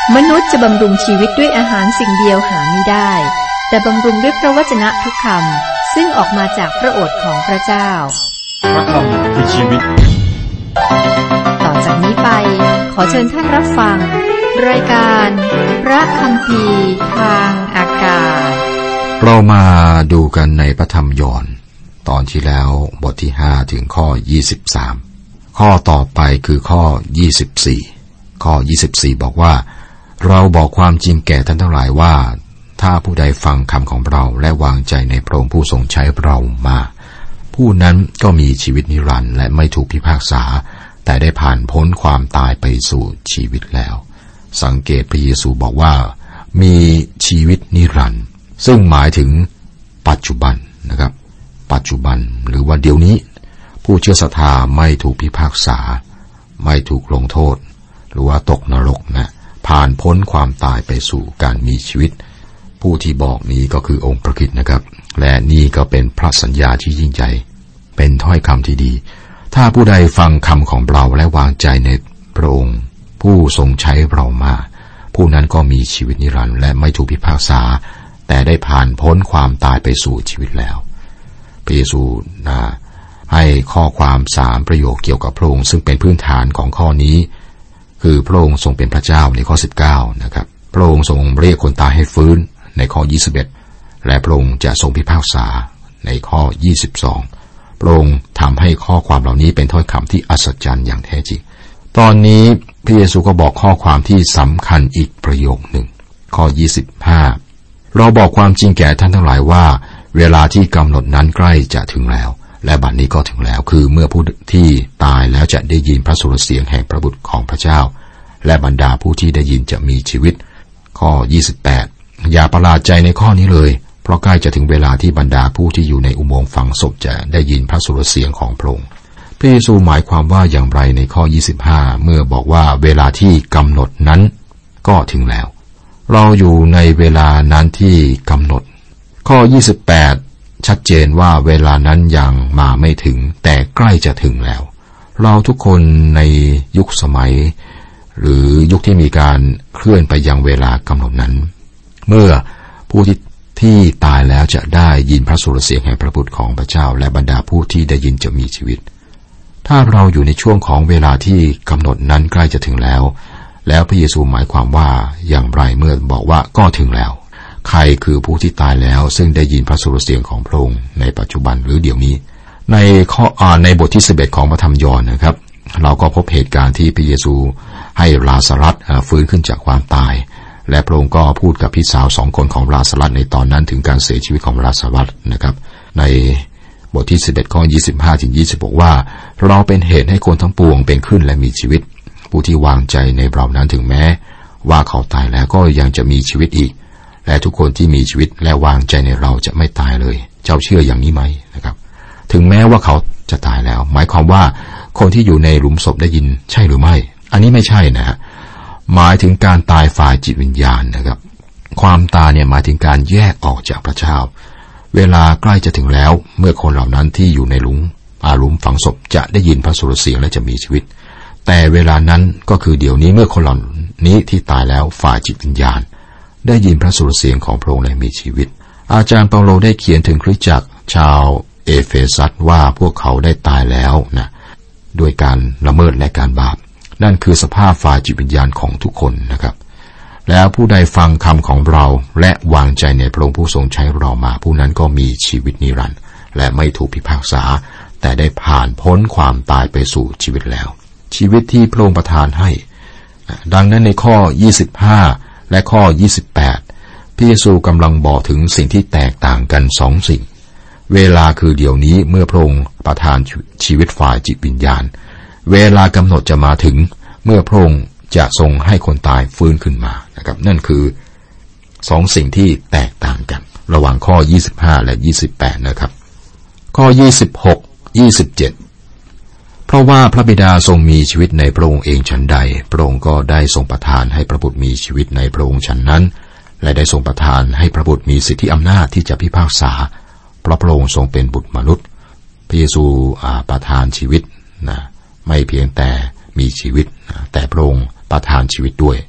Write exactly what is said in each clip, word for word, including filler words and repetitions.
มนุษย์จะบำรุงชีวิตด้วยอาหารสิ่งเดียวหาไม่ได้แต่บำรุงด้วยพระวจนะทุกคำซึ่งออกมาจากพระโอษฐ์ของพระเจ้าพระคำคือชีวิตต่อจากนี้ไปขอเชิญท่านรับฟังรายการพระคัมภีร์ทางอากาศเรามาดูกันในพระธรรมยอห์นตอนที่แล้วบทที่ห้าถึงข้อยี่สิบสามข้อต่อไปคือข้อยี่สิบสี่ข้อยี่สิบสี่บอกว่าเราบอกความจริงแก่ท่านทั้งหลายว่าถ้าผู้ใดฟังคำของเราและวางใจในพระองค์ผู้ทรงใช้เรามาผู้นั้นก็มีชีวิตนิรันดร์และไม่ถูกพิพากษาแต่ได้ผ่านพ้นความตายไปสู่ชีวิตแล้วสังเกตพระเยซูบอกว่ามีชีวิตนิรันดร์ซึ่งหมายถึงปัจจุบันนะครับปัจจุบันหรือว่าเดี๋ยวนี้ผู้เชื่อศรัทธาไม่ถูกพิพากษาไม่ถูกลงโทษหรือว่าตกนรกนะผ่านพ้นความตายไปสู่การมีชีวิตผู้ที่บอกนี้ก็คือองค์พระคริสต์นะครับและนี่ก็เป็นพระสัญญาที่ยิ่งใหญ่เป็นถ้อยคำที่ดีถ้าผู้ใดฟังคำของเราและวางใจในพระองค์ผู้ทรงใช้เรามาผู้นั้นก็มีชีวิตนิรันดร์และไม่ถูกพิพากษาแต่ได้ผ่านพ้นความตายไปสู่ชีวิตแล้วพระเยซูนะให้ข้อความสามประโยคเกี่ยวกับพระองค์ซึ่งเป็นพื้นฐานของข้อนี้คือพระองค์ทรงเป็นพระเจ้าในข้อสิบเก้านะครับพระองค์ทรงเรียกคนตายให้ฟื้นในข้อยี่สิบเอ็ดและพระองค์จะทรงพิพากษาในข้อยี่สิบสองพระองค์ทำให้ข้อความเหล่านี้เป็นถ้อยคำที่อัศจรรย์อย่างแท้จริงตอนนี้พระเยซูก็บอกข้อความที่สำคัญอีกประโยคหนึ่งข้อยี่สิบห้าเราบอกความจริงแก่ท่านทั้งหลายว่าเวลาที่กำหนดนั้นใกล้จะถึงแล้วและบัดนี้ก็ถึงแล้วคือเมื่อผู้ที่ตายแล้วจะได้ยินพระสุรเสียงแห่งพระบุตรของพระเจ้าและบรรดาผู้ที่ได้ยินจะมีชีวิตข้อยี่สิบแปดอย่าประหลาดใจในข้อนี้เลยเพราะใกล้จะถึงเวลาที่บรรดาผู้ที่อยู่ในอุโมงค์ฝังศพจะได้ยินพระสุรเสียงของพระองค์พระเยซูหมายความว่าอย่างไรในข้อยี่สิบห้าเมื่อบอกว่าเวลาที่กำหนดนั้นก็ถึงแล้วเราอยู่ในเวลานั้นที่กำหนดข้อยี่สิบแปดชัดเจนว่าเวลานั้นยังมาไม่ถึงแต่ใกล้จะถึงแล้วเราทุกคนในยุคสมัยหรือยุคที่มีการเคลื่อนไปยังเวลากำหนดนั้นเมื่อผู้ที่ที่ตายแล้วจะได้ยินพระสุรเสียงแห่งพระบุตรของพระเจ้าและบรรดาผู้ที่ได้ยินจะมีชีวิตถ้าเราอยู่ในช่วงของเวลาที่กำหนดนั้นใกล้จะถึงแล้วแล้วพระเยซูหมายความว่าอย่างไรเมื่อบอกว่าก็ถึงแล้วใครคือผู้ที่ตายแล้วซึ่งได้ยินพระสุรเสียงของพระองค์ในปัจจุบันหรือเดี๋ยวนี้ในข้ออ่านในบทที่สิบเอ็ดของพระธรรมยอห์นนะครับเราก็พบเหตุการณ์ที่พระเยซูให้ลาซารัสฟื้นขึ้นจากความตายและพระองค์ก็พูดกับพี่สาวสองคนของลาซารัสในตอนนั้นถึงการเสียชีวิตของลาซารัสนะครับในบทที่สิบเอ็ดข้อยี่สิบห้าถึงยี่สิบบอกว่าเราเป็นเหตุให้คนทั้งปวงเป็นขึ้นและมีชีวิตผู้ที่วางใจในเรานั้นถึงแม้ว่าเขาตายแล้วก็ยังจะมีชีวิตอีกและทุกคนที่มีชีวิตและวางใจในเราจะไม่ตายเลยเจ้าเชื่ออย่างนี้ไหมนะครับถึงแม้ว่าเขาจะตายแล้วหมายความว่าคนที่อยู่ในหลุมศพได้ยินใช่หรือไม่อันนี้ไม่ใช่นะฮะหมายถึงการตายฝ่ายจิตวิญญาณนะครับความตายเนี่ยหมายถึงการแยกออกจากพระเจ้าเวลาใกล้จะถึงแล้วเมื่อคนเหล่านั้นที่อยู่ในหลุมอาหลุมฝังศพจะได้ยินพระสุรเสียงและจะมีชีวิตแต่เวลานั้นก็คือเดี๋ยวนี้เมื่อคนเหล่านี้ที่ตายแล้วฝ่ายจิตวิญญาณได้ยินพระสุรเสียงของพระองค์และมีชีวิตอาจารย์เปาโลได้เขียนถึงคริสตจักรชาวเอเฟซัสว่าพวกเขาได้ตายแล้วนะด้วยการละเมิดและการบาปนั่นคือสภาพฝ่ายจิตวิญญาณของทุกคนนะครับแล้วผู้ใดฟังคำของเราและวางใจในพระองค์ผู้ทรงใช้เรามาผู้นั้นก็มีชีวิตนิรันดร์และไม่ถูกพิพากษาแต่ได้ผ่านพ้นความตายไปสู่ชีวิตแล้วชีวิตที่พระองค์ประทานให้ดังนั้นในข้อยี่สิบห้าและข้อยี่สิบแปดพระเยซูกำลังบอกถึงสิ่งที่แตกต่างกันสองสิ่งเวลาคือเดี๋ยวนี้เมื่อพระองค์ประทานชีวิตฝ่ายจิตวิญญาณเวลากำหนดจะมาถึงเมื่อพระองค์จะทรงให้คนตายฟื้นขึ้นมานะครับนั่นคือสองสิ่งที่แตกต่างกันระหว่างข้อยี่สิบห้าและยี่สิบแปดนะครับข้อยี่สิบหก ยี่สิบเจ็ดเพราะว่าพระบิดาทรงมีชีวิตในพระองค์เองฉันใดพระองค์ก็ได้ทรงประทานให้พระบุตรมีชีวิตในพระองค์ฉันนั้นและได้ทรงประทานให้พระบุตรมีสิทธิอำนาจที่จะพิพากษาเพราะพระองค์ทรงเป็นบุตรมนุษย์พระเยซูประทานชีวิตนะไม่เพียงแต่มีชีวิตแต่พระองค์ประทานชีวิตด้วย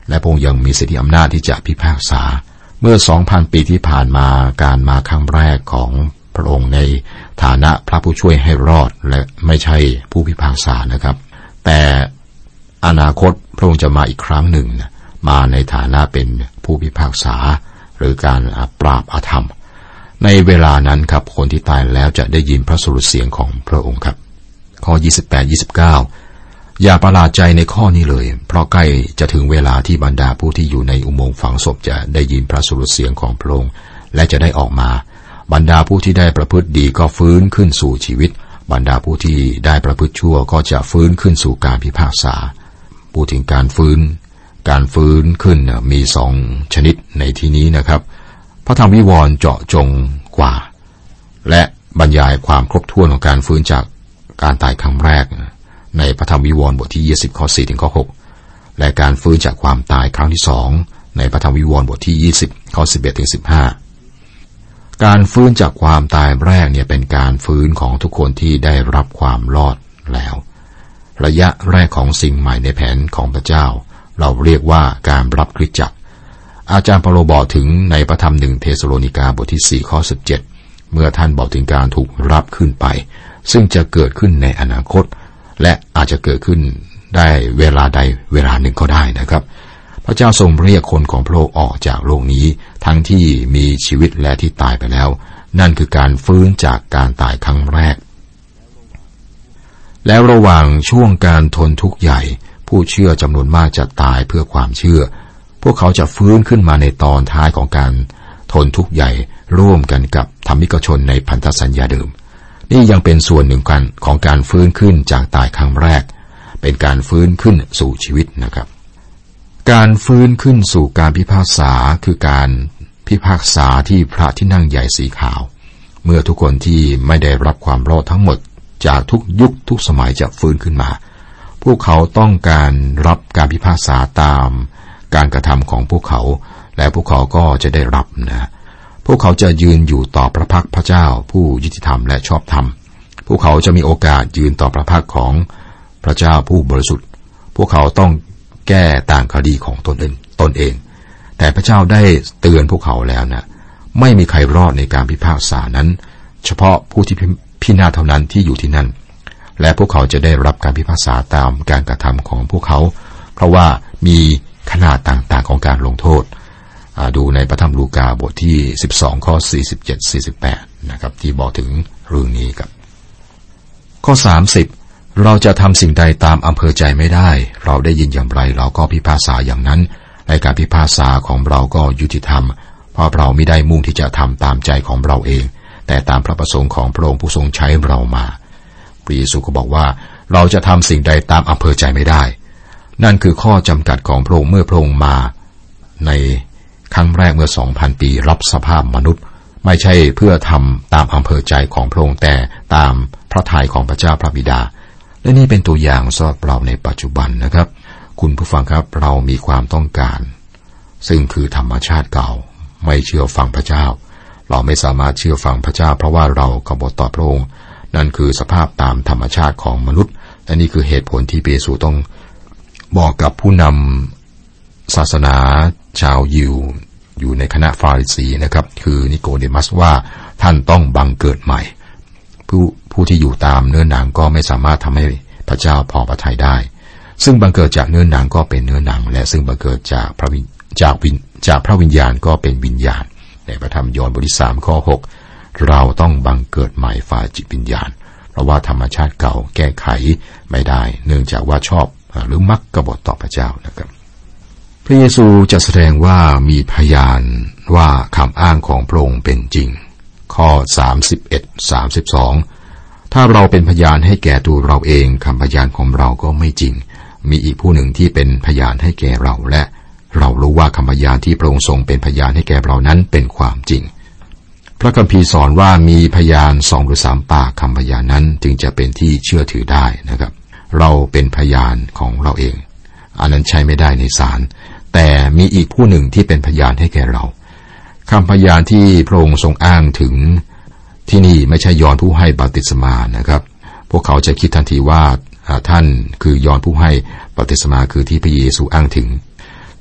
และพระองค์ยังมีสิทธิอำนาจที่จะพิพากษาเมื่อ สองพัน ปีที่ผ่านมาการมาครั้งแรกของพระองค์ในฐานะพระผู้ช่วยให้รอดและไม่ใช่ผู้พิพากษานะครับแต่อนาคตพระองค์จะมาอีกครั้งหนึ่งมาในฐานะเป็นผู้พิพากษาหรือการปราบอาธรรมในเวลานั้นครับคนที่ตายแล้วจะได้ยินพระสุรเสียงของพระองค์ครับข้อ ยี่สิบแปด ยี่สิบเก้า อย่าประหลาดใจในข้อนี้เลยเพราะใกล้จะถึงเวลาที่บรรดาผู้ที่อยู่ในอุโมงค์ฝังศพจะได้ยินพระสุรเสียงของพระองค์และจะได้ออกมาบรรดาผู้ที่ได้ประพฤติดีก็ฟื้นขึ้นสู่ชีวิตบรรดาผู้ที่ได้ประพฤติชั่วก็จะฟื้นขึ้นสู่การพิพากษาพูดถึงการฟื้นการฟื้นขึ้นมีสองชนิดในที่นี้นะครับพระธรรมวิวรณ์เจาะจงกว่าและบรรยายความครบถ้วนของการฟื้นจากการตายครั้งแรกในพระธรรมวิวรณ์บทที่ยี่สิบข้อสี่ถึงข้อหกและการฟื้นจากความตายครั้งที่สองในพระธรรมวิวรณ์บทที่ยี่สิบข้อสิบเอ็ดถึงสิบห้าการฟื้นจากความตายแรกเนี่ยเป็นการฟื้นของทุกคนที่ได้รับความรอดแล้วระยะแรกของสิ่งใหม่ในแผนของพระเจ้าเราเรียกว่าการรับคริสตจักรอาจารย์เปาโลบอกถึงในพระธรรมหนึ่งเธสะโลนิกาบทที่สี่ข้อสิบเจ็ดเมื่อท่านบอกถึงการถูกรับขึ้นไปซึ่งจะเกิดขึ้นในอนาคตและอาจจะเกิดขึ้นได้เวลาใดเวลาหนึ่งก็ได้นะครับพระเจ้าทรงเรียกคนของพระองค์ออกจากโลกนี้ทั้งที่มีชีวิตและที่ตายไปแล้วนั่นคือการฟื้นจากการตายครั้งแรกแล้วระหว่างช่วงการทนทุกข์ใหญ่ผู้เชื่อจำนวนมากจะตายเพื่อความเชื่อพวกเขาจะฟื้นขึ้นมาในตอนท้ายของการทนทุกข์ใหญ่ร่วมกันกับธรรมิกชนในพันธสัญญาเดิมนี่ยังเป็นส่วนหนึ่งกันของการฟื้นขึ้นจากตายครั้งแรกเป็นการฟื้นขึ้นสู่ชีวิตนะครับการฟื้นขึ้นสู่การพิพากษาคือการพิพากษาที่พระที่นั่งใหญ่สีขาวเมื่อทุกคนที่ไม่ได้รับความรอดทั้งหมดจากทุกยุคทุกสมัยจะฟื้นขึ้นมาพวกเขาต้องการรับการพิพากษาตามการกระทำของพวกเขาและพวกเขาก็จะได้รับนะพวกเขาจะยืนอยู่ต่อพระพักพระเจ้าผู้ยุติธรรมและชอบธรรมพวกเขาจะมีโอกาสยืนต่อพระพักของพระเจ้าผู้บริสุทธิ์พวกเขาต้องแก้ต่างคดีของตนเองตนเองแต่พระเจ้าได้เตือนพวกเขาแล้วนะไม่มีใครรอดในการพิพากษานั้นเฉพาะผู้ที่พินาศเท่านั้นที่อยู่ที่นั่นและพวกเขาจะได้รับการพิพากษาตามการกระทำของพวกเขาเพราะว่ามีขนาดต่างๆของการลงโทษดูในพระธรรมลูกาบทที่สิบสองข้อสี่สิบเจ็ด สี่สิบแปดนะครับที่บอกถึงเรื่องนี้ครับข้อสามสิบเราจะทำสิ่งใดตามอำเภอใจไม่ได้เราได้ยินอย่างไรเราก็พิพากษาอย่างนั้นในการพิพากษาของเราก็ยุติธรรมเพราะเราไม่ได้มุ่งที่จะทำตามใจของเราเองแต่ตามพระประสงค์ของพระองค์ผู้ทรงใช้เรามาพระเยซูก็บอกว่าเราจะทำสิ่งใดตามอำเภอใจไม่ได้นั่นคือข้อจำกัดของพระองค์เมื่อพระองค์มาในครั้งแรกเมื่อ สองพัน ปีรับสภาพมนุษย์ไม่ใช่เพื่อทำตามอำเภอใจของพระองค์แต่ตามพระทัยของพระเจ้าพระบิดาและนี่เป็นตัวอย่างสำหรับเราในปัจจุบันนะครับคุณผู้ฟังครับเรามีความต้องการซึ่งคือธรรมชาติเก่าไม่เชื่อฟังพระเจ้าเราไม่สามารถเชื่อฟังพระเจ้าเพราะว่าเรากบฏต่อพระองค์นั่นคือสภาพตามธรรมชาติของมนุษย์และนี่คือเหตุผลที่พระเยซูต้องบอกกับผู้นำศาสนาชาวยิวอยู่ในคณะฟาริสีนะครับคือนิโคเดมัสว่าท่านต้องบังเกิดใหม่ผู้ผู้ที่อยู่ตามเนื้อหนังก็ไม่สามารถทำให้พระเจ้าพอพระทัยได้ซึ่งบังเกิดจากเนื้อหนังก็เป็นเนื้อหนังและซึ่งบังเกิดจากพระวิญจากวิญจากพระวิญญาณก็เป็นวิญญาณในพระธรรมยอห์นบทที่สามข้อหกเราต้องบังเกิดใหม่ฝ่ายจิตวิญญาณเพราะว่าธรรมชาติเก่าแก้ไขไม่ได้เนื่องจากว่าชอบหรือมักกบฏต่อพระเจ้านะครับพระเยซูจะแสดงว่ามีพยานว่าคำอ้างของพระองค์เป็นจริงข้อสามสิบเอ็ด สามสิบสองถ้าเราเป็นพยานให้แก่ตัวเราเองคำพยานของเราก็ไม่จริงมีอีกผู้หนึ่งที่เป็นพยานให้แก่เราและเรารู้ว่าคำพยานที่พระองค์ทรงเป็นพยานให้แก่เรานั้นเป็นความจริงพระคัมภีร์สอนว่ามีพยานสองหรือสามปากคำพยานนั้นจึงจะเป็นที่เชื่อถือได้นะครับเราเป็นพยานของเราเองอันนั้นใช้ไม่ได้ในศาลแต่มีอีกผู้หนึ่งที่เป็นพยานให้แก่เราคำพยานที่พระองค์ทรงอ้างถึงที่นี่ไม่ใช่ยอห์นผู้ให้บัพติศมานะครับพวกเขาจะคิดทันทีว่าท่านคือยอห์นผู้ให้บัพติศมาคือที่พระเยซูอ้างถึง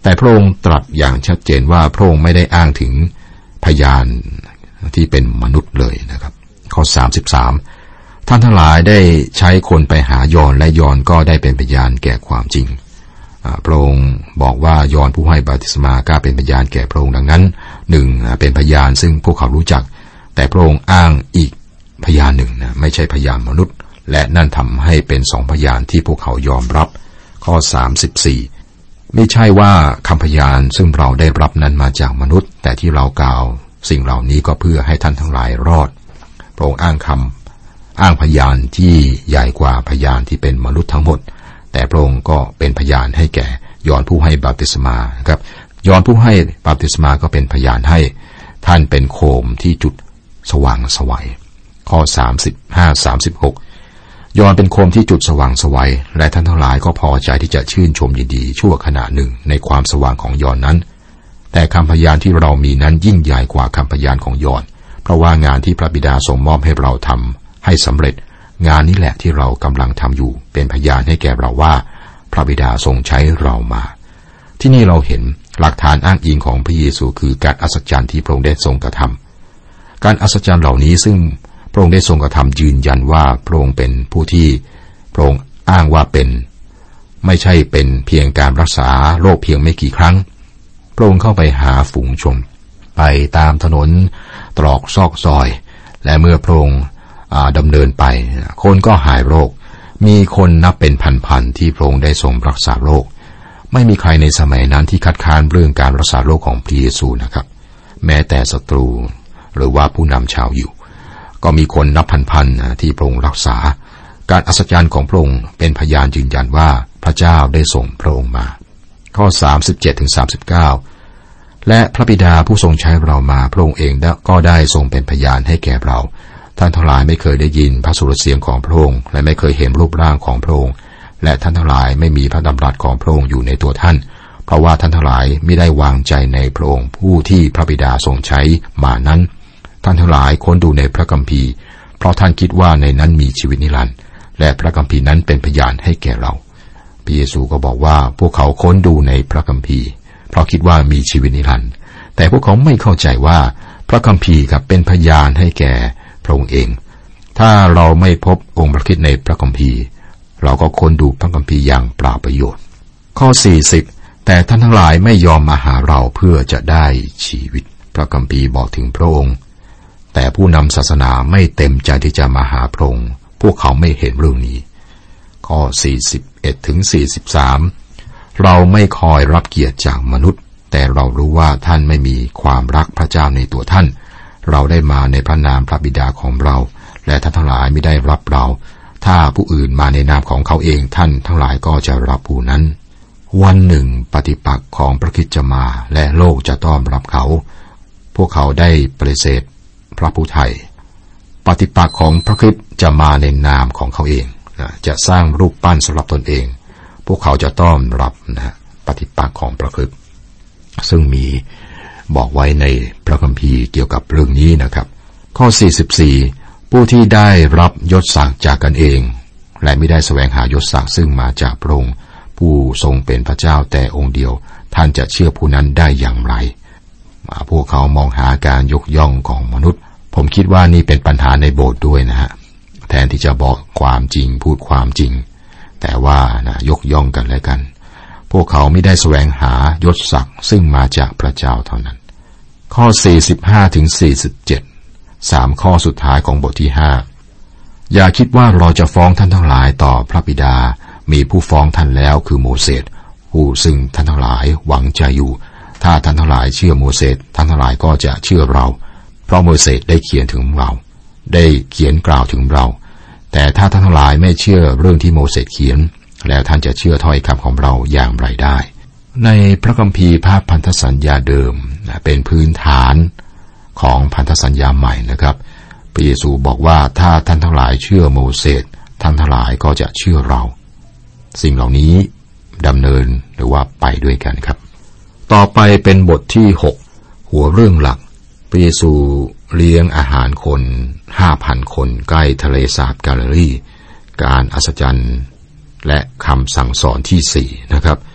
แต่พระองค์ตรัสอย่างชัดเจนว่าพระองค์ไม่ได้อ้างถึงพยานที่เป็นมนุษย์เลยนะครับข้อสามสิบสามท่านทั้งหลายได้ใช้คนไปหายอนและยอนก็ได้เป็นพยานแก่ความจริงพระองค์บอกว่ายอนผู้ให้บัพติศมาก็เป็นพยานแก่พระองค์ดังนั้นหนึ่งเป็นพยานซึ่งพวกเขารู้จักแต่พระองค์อ้างอีกพยานหนึ่งนะไม่ใช่พยานมนุษย์และนั่นทำให้เป็นสองพยานที่พวกเขายอมรับข้อสามสิบสี่ไม่ใช่ว่าคำพยานซึ่งเราได้รับนั้นมาจากมนุษย์แต่ที่เรากล่าวสิ่งเหล่านี้ก็เพื่อให้ท่านทั้งหลายรอดพระองค์อ้างคำอ้างพยานที่ใหญ่กว่าพยานที่เป็นมนุษย์ทั้งหมดแต่พระองค์ก็เป็นพยานให้แก่ยอห์นผู้ให้บัพติศมาครับยอห์นผู้ให้บัพติศมาก็เป็นพยานให้ท่านเป็นโคมที่จุดสว่างไสวข้อสามสิบห้า สามสิบหกยอห์นเป็นโคมที่จุดสว่างไสวและท่านทั้งหลายก็พอใจที่จะชื่นชมยินดีชั่วขณะหนึ่งในความสว่างของยอห์นนั้นแต่คำพยานที่เรามีนั้นยิ่งใหญ่กว่าคำพยานของยอห์นเพราะว่างานที่พระบิดาทรงมอบให้เราทำให้สำเร็จงานนี้แหละที่เรากำลังทำอยู่เป็นพยานให้แก่เราว่าพระบิดาทรงใช้เรามาที่นี่เราเห็นหลักฐานอ้างอิงของพระเยซูคือการอัศจรรย์ที่พระองค์ได้ทรงกระทำการอัศจรรย์เหล่านี้ซึ่งพระองค์ได้ทรงกระทำยืนยันว่าพระองค์เป็นผู้ที่พระองค์อ้างว่าเป็นไม่ใช่เป็นเพียงการรักษาโรคเพียงไม่กี่ครั้งพระองค์เข้าไปหาฝูงชนไปตามถนนตรอกซอกซอยและเมื่อพระองค์ดำเนินไปคนก็หายโรคมีคนนับเป็นพันๆที่พระองค์ได้ทรงรักษาโรคไม่มีใครในสมัยนั้นที่คัดค้านเรื่องการรักษาโรคของพระเยซูนะครับแม้แต่ศัตรูหรือว่าผู้นำชาวยิวก็มีคนนับพันๆที่พระองค์รักษาการอัศจรรย์ของพระองค์เป็นพยานยืนยันว่าพระเจ้าได้ส่งพระองค์มาข้อ สามสิบเจ็ดถึงสามสิบเก้า และพระบิดาผู้ทรงใช้เรามาพระองค์เองก็ได้ทรงเป็นพยานให้แก่เราท่านทั้งหลายไม่เคยได้ยินพระสุรเสียงของพระองค์และไม่เคยเห็นรูปร่างของพระองค์และท่านทั้งหลายไม่มีพระดำรัสของพระองค์อยู่ในตัวท่านเพราะว่าท่านทั้งหลายไม่ได้วางใจในพระองค์ผู้ที่พระบิดาทรงใช้มานั้นท่านทั้งหลายค้นดูในพระคัมภีร์เพราะท่านคิดว่าในนั้นมีชีวิตนิรันดร์และพระคัมภีร์นั้นเป็นพยานให้แก่เราพระเยซูก็บอกว่าพวกเขาค้นดูในพระคัมภีร์เพราะคิดว่ามีชีวิตนิรันดร์แต่พวกเขาไม่เข้าใจว่าพระคัมภีร์ครับเป็นพยานให้แก่พระองค์เองถ้าเราไม่พบองค์พระคริสต์ในพระคัมภีร์เราก็ค้นดูพระคัมภีร์อย่างเปล่าประโยชน์ข้อสี่สิบแต่ท่านทั้งหลายไม่ยอมมาหาเราเพื่อจะได้ชีวิตพระคัมภีร์บอกถึงพระองค์แต่ผู้นำศาสนาไม่เต็มใจที่จะมาหาพระองค์พวกเขาไม่เห็นเรื่องนี้ข้อสี่สิบเอ็ดถึงสี่สิบสามเราไม่คอยรับเกียรติจากมนุษย์แต่เรารู้ว่าท่านไม่มีความรักพระเจ้าในตัวท่านเราได้มาในพระนามพระบิดาของเราและท่านทั้งหลายไม่ได้รับเราถ้าผู้อื่นมาในนามของเขาเองท่านทั้งหลายก็จะรับผู้นั้นวันหนึ่งปฏิปักษ์ของพระคริสต์จะมาและโลกจะต้อนรับเขาพวกเขาได้ปฏิเสธพระผู้ไถ่ปฏิปักษ์ของพระคริสต์จะมาในนามของเขาเองจะสร้างรูปปั้นสำหรับตนเองพวกเขาจะต้อนรับนะปฏิปักษ์ของพระคริสต์ซึ่งมีบอกไว้ในพระคัมภีร์เกี่ยวกับเรื่องนี้นะครับข้อสี่สิบสี่ผู้ที่ได้รับยศศักดิ์จากกันเองและไม่ได้แสวงหายศศักดิ์ซึ่งมาจากพระองค์ผู้ทรงเป็นพระเจ้าแต่องค์เดียวท่านจะเชื่อผู้นั้นได้อย่างไรพวกเขามองหาการยกย่องของมนุษย์ผมคิดว่านี่เป็นปัญหาในโบสถ์ด้วยนะฮะแทนที่จะบอกความจริงพูดความจริงแต่ว่านะยกย่องกันและกันพวกเขาไม่ได้แสวงหายศศักดิ์ซึ่งมาจากพระเจ้าเท่านั้นข้อสี่สิบห้าถึงสี่สิบเจ็ดสามข้อสุดท้ายของบทที่ห้าอย่าคิดว่าเราจะฟ้องท่านทั้งหลายต่อพระบิดามีผู้ฟ้องท่านแล้วคือโมเสสผู้ซึ่งท่านทั้งหลายหวังใจอยู่ถ้าท่านทั้งหลายเชื่อโมเสสท่านทั้งหลายก็จะเชื่อเราเพราะโมเสสได้เขียนถึงเราได้เขียนกล่าวถึงเราแต่ถ้าท่านทั้งหลายไม่เชื่อเรื่องที่โมเสสเขียนแล้วท่านจะเชื่อถ้อยคำของเราอย่างไรได้ในพระคัมภีร์ภาพพันธสัญญาเดิมเป็นพื้นฐานของพันธสัญญาใหม่นะครับพระเยซูบอกว่าถ้าท่านทั้งหลายเชื่อโมเสสท่านทั้งหลายก็จะเชื่อเราสิ่งเหล่านี้ดำเนินหรือว่าไปด้วยกันครับต่อไปเป็นบทที่หกหัวเรื่องหลักพระเยซูเลี้ยงอาหารคน ห้าพัน คนใกล้ทะเลสาบกาลิลีการอัศจรรย์และคำสั่งสอนที่สี่นะครับ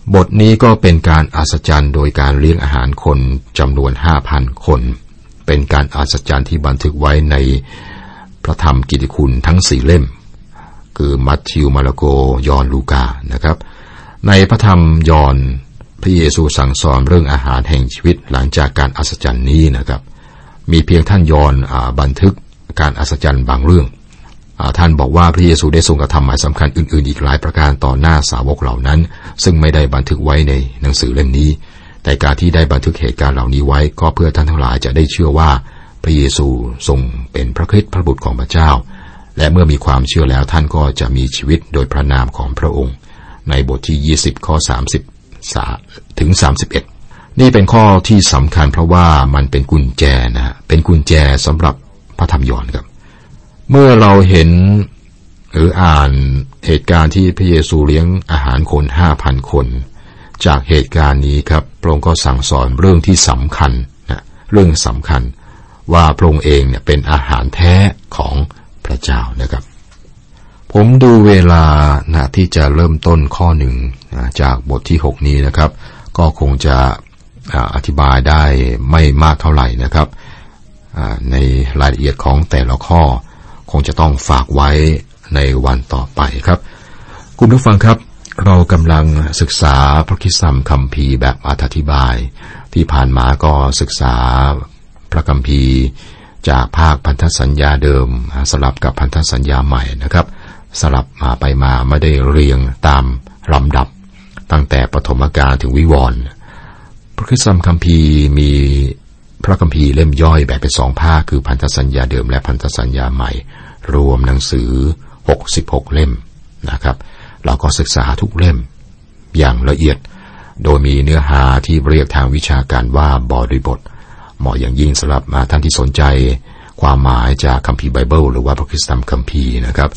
บทนี้ก็เป็นการอัศจรรย์โดยการเลี้ยงอาหารคนจำนวน ห้าพัน คนเป็นการอัศจรรย์ที่บันทึกไว้ในพระธรรมกิตติคุณทั้งสี่เล่มคือมัทธิวมาระโกยอห์นลูกานะครับในพระธรรมยอห์นพระเยซูสั่งสอนเรื่องอาหารแห่งชีวิตหลังจากการอัศจรรย์นี้นะครับมีเพียงท่านยอห์นบันทึกการอัศจรรย์บางเรื่องท่านบอกว่าพระเยซูได้ทรงกระทำหมายสำคัญอื่นๆอีกหลายประการต่อหน้าสาวกเหล่านั้นซึ่งไม่ได้บันทึกไว้ในหนังสือเล่มนี้แต่การที่ได้บันทึกเหตุการณ์เหล่านี้ไว้ก็เพื่อท่านทั้งหลายจะได้เชื่อว่าพระเยซูทรงเป็นพระคริสต์พระบุตรของพระเจ้าและเมื่อมีความเชื่อแล้วท่านก็จะมีชีวิตโดยพระนามของพระองค์ในบทที่ยี่สิบข้อสามสิบถึงสามสิบเอ็ดนี่เป็นข้อที่สำคัญเพราะว่ามันเป็นกุญแจนะฮะเป็นกุญแจสำหรับพระธรรมยอห์นครับเมื่อเราเห็นหรืออ่านเหตุการณ์ที่พระเยซูเลี้ยงอาหารคน ห้าพัน คนจากเหตุการณ์นี้ครับพระองค์ก็สั่งสอนเรื่องที่สำคัญนะเรื่องสำคัญว่าพระองค์เองเนี่ยเป็นอาหารแท้ของพระเจ้านะครับผมดูเวลานะที่จะเริ่มต้นข้อหนึ่งนะจากบทที่หกนี้นะครับก็คงจะอธิบายได้ไม่มากเท่าไหร่นะครับในรายละเอียดของแต่ละข้อคงจะต้องฝากไว้ในวันต่อไปครับคุณผู้ฟังครับเรากำลังศึกษาพระคริสตคัมภีร์แบบอธิบายที่ผ่านมาก็ศึกษาพระคัมภีร์จากภาคพันธสัญญาเดิมสลับกับพันธสัญญาใหม่นะครับสลับมาไปมาไม่ได้เรียงตามลำดับตั้งแต่ปฐมกาลถึงวิวรณ์พระคริสตคัมภีร์มีพระคัมภีร์เล่มย่อยแบ่งเป็นสองภาคคือพันธสัญญาเดิมและพันธสัญญาใหม่รวมหนังสือหกสิบหกเล่มนะครับเราก็ศึกษาทุกเล่มอย่างละเอียดโดยมีเนื้อหาที่เรียกทางวิชาการว่าบริบทเหมาะอย่างยิ่งสำหรับท่านที่สนใจความหมายจากคัมภีร์ไบเบิลหรือว่าพระคริสตคัมภีร์นะครับ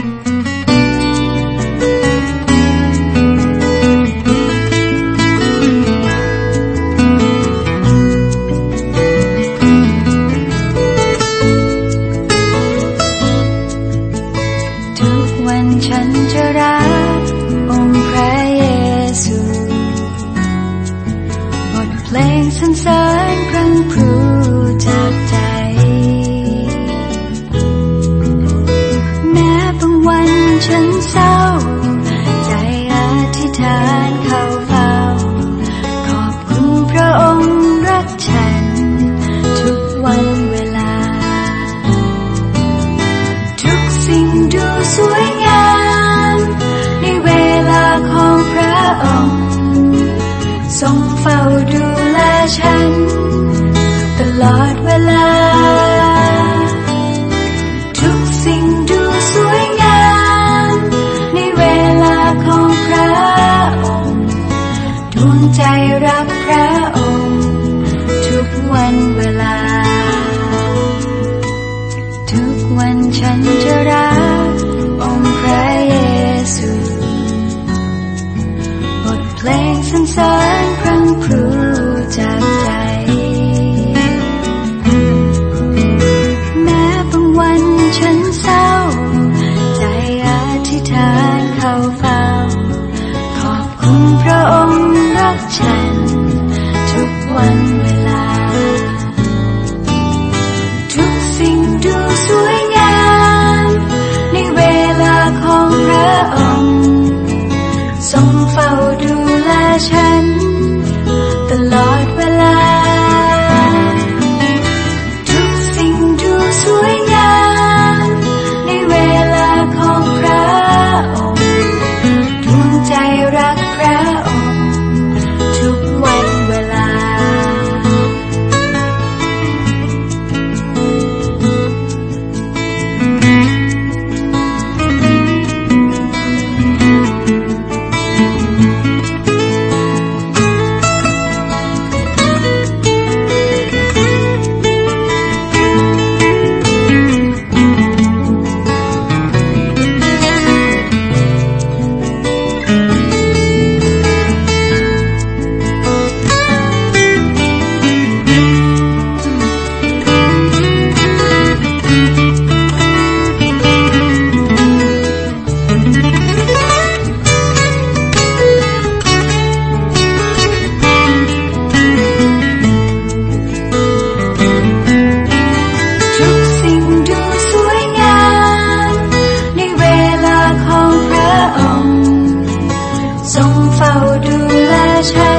ฉันจะรักองค์พระเยซูบทเพลงสรรเสริญพระครูจากใจแม้บางวันฉันเศร้าใจอธิษฐานเข้าเฝ้าขอบคุณพระองค์รักฉันทุกวันเวลาทุกสิ่งดูสวยงามในเวลาของพระองค์ทรงเฝ้าดูแลฉันตลอดเวลาทุกสิ่งดูสวยงามในเวลาของพระองค์ดวงใจรักพระองค์ทุกวันเวลาทุกวันฉันจะรักองค์พระเยซูบทเพลงสรรเสริญพระครูจากใจแม้บางวันฉันเศร้าใจอธิษฐานเข้าเฝ้าขอบคุณพระองค์รักฉันทุกวันเวลาทุกสิ่งดูสวยงามในเวลาของพระองค์ทรงเฝ้าดูแลฉันตลอดเวลาทุกสิ่งดูสวยงามในเวลาของพระองค์ดวงใจรักพระองค์ทุกวันเวลาเฝ้าดูแลฉัน